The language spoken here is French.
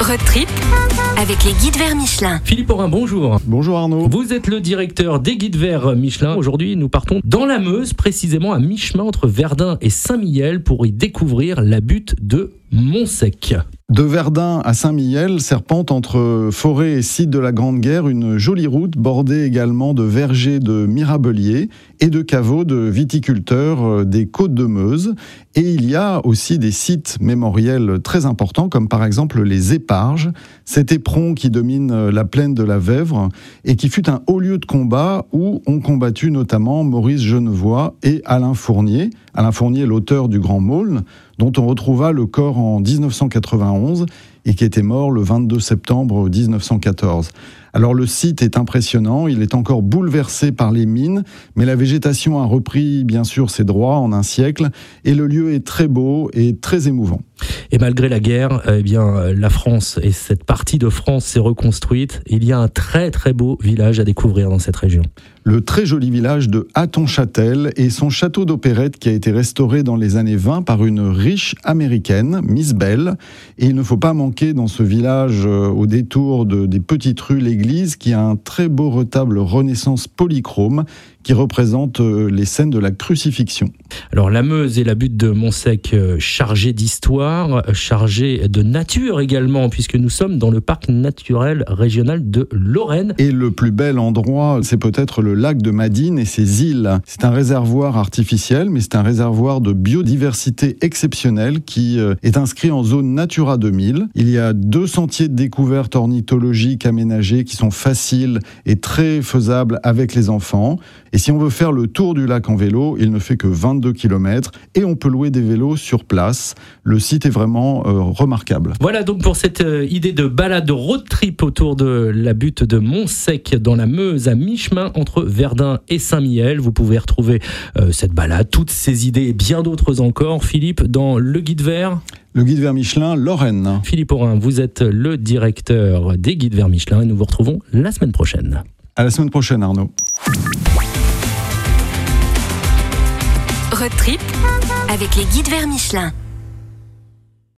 Road Trip avec les guides verts Michelin. Philippe Aurin, bonjour. Bonjour Arnaud. Vous êtes le directeur des guides verts Michelin. Aujourd'hui, nous partons dans la Meuse, précisément à mi-chemin entre Verdun et Saint-Mihiel pour y découvrir la butte de Montsec. De Verdun à Saint-Mihiel serpente entre forêt et site de la Grande Guerre une jolie route bordée également de vergers de mirabeliers et de caveaux de viticulteurs des Côtes de Meuse. Et il y a aussi des sites mémoriels très importants comme par exemple les Éparges, cet éperon qui domine la plaine de la Vèvre et qui fut un haut lieu de combat où ont combattu notamment Maurice Genevoix et Alain Fournier. Alain Fournier, l'auteur du Grand Maulne, dont on retrouva le corps en 1991 et qui était mort le 22 septembre 1914. Alors le site est impressionnant, il est encore bouleversé par les mines, mais la végétation a repris bien sûr ses droits en un siècle et le lieu est très beau et très émouvant. Et malgré la guerre, la France et cette partie de France s'est reconstruite. Il y a un très très beau village à découvrir dans cette région. Le très joli village de Hattonchâtel et son château d'opérette qui a été restauré dans les années 20 par une riche américaine, Miss Bell. Et il ne faut pas manquer dans ce village, au détour des petites rues, l'église qui a un très beau retable Renaissance polychrome qui représente les scènes de la crucifixion. Alors la Meuse et la butte de Montsec chargée d'histoire, chargée de nature également, puisque nous sommes dans le parc naturel régional de Lorraine. Et le plus bel endroit, c'est peut-être le lac de Madine et ses îles. C'est un réservoir artificiel, mais c'est un réservoir de biodiversité exceptionnelle qui est inscrit en zone Natura 2000. Il y a 2 sentiers de découverte ornithologique aménagés qui sont faciles et très faisables avec les enfants. Et si on veut faire le tour du lac en vélo, il ne fait que 22 km et on peut louer des vélos sur place. Le site est vraiment remarquable. Voilà donc pour cette idée de balade, de road trip autour de la butte de Montsec dans la Meuse à mi-chemin entre Verdun et Saint-Mihiel. Vous pouvez retrouver cette balade, toutes ces idées et bien d'autres encore, Philippe, dans le guide vert. Le guide vert Michelin, Lorraine. Philippe Aurin, vous êtes le directeur des guides vert Michelin et nous vous retrouvons la semaine prochaine. À la semaine prochaine Arnaud. Road Trip avec les guides verts Michelin.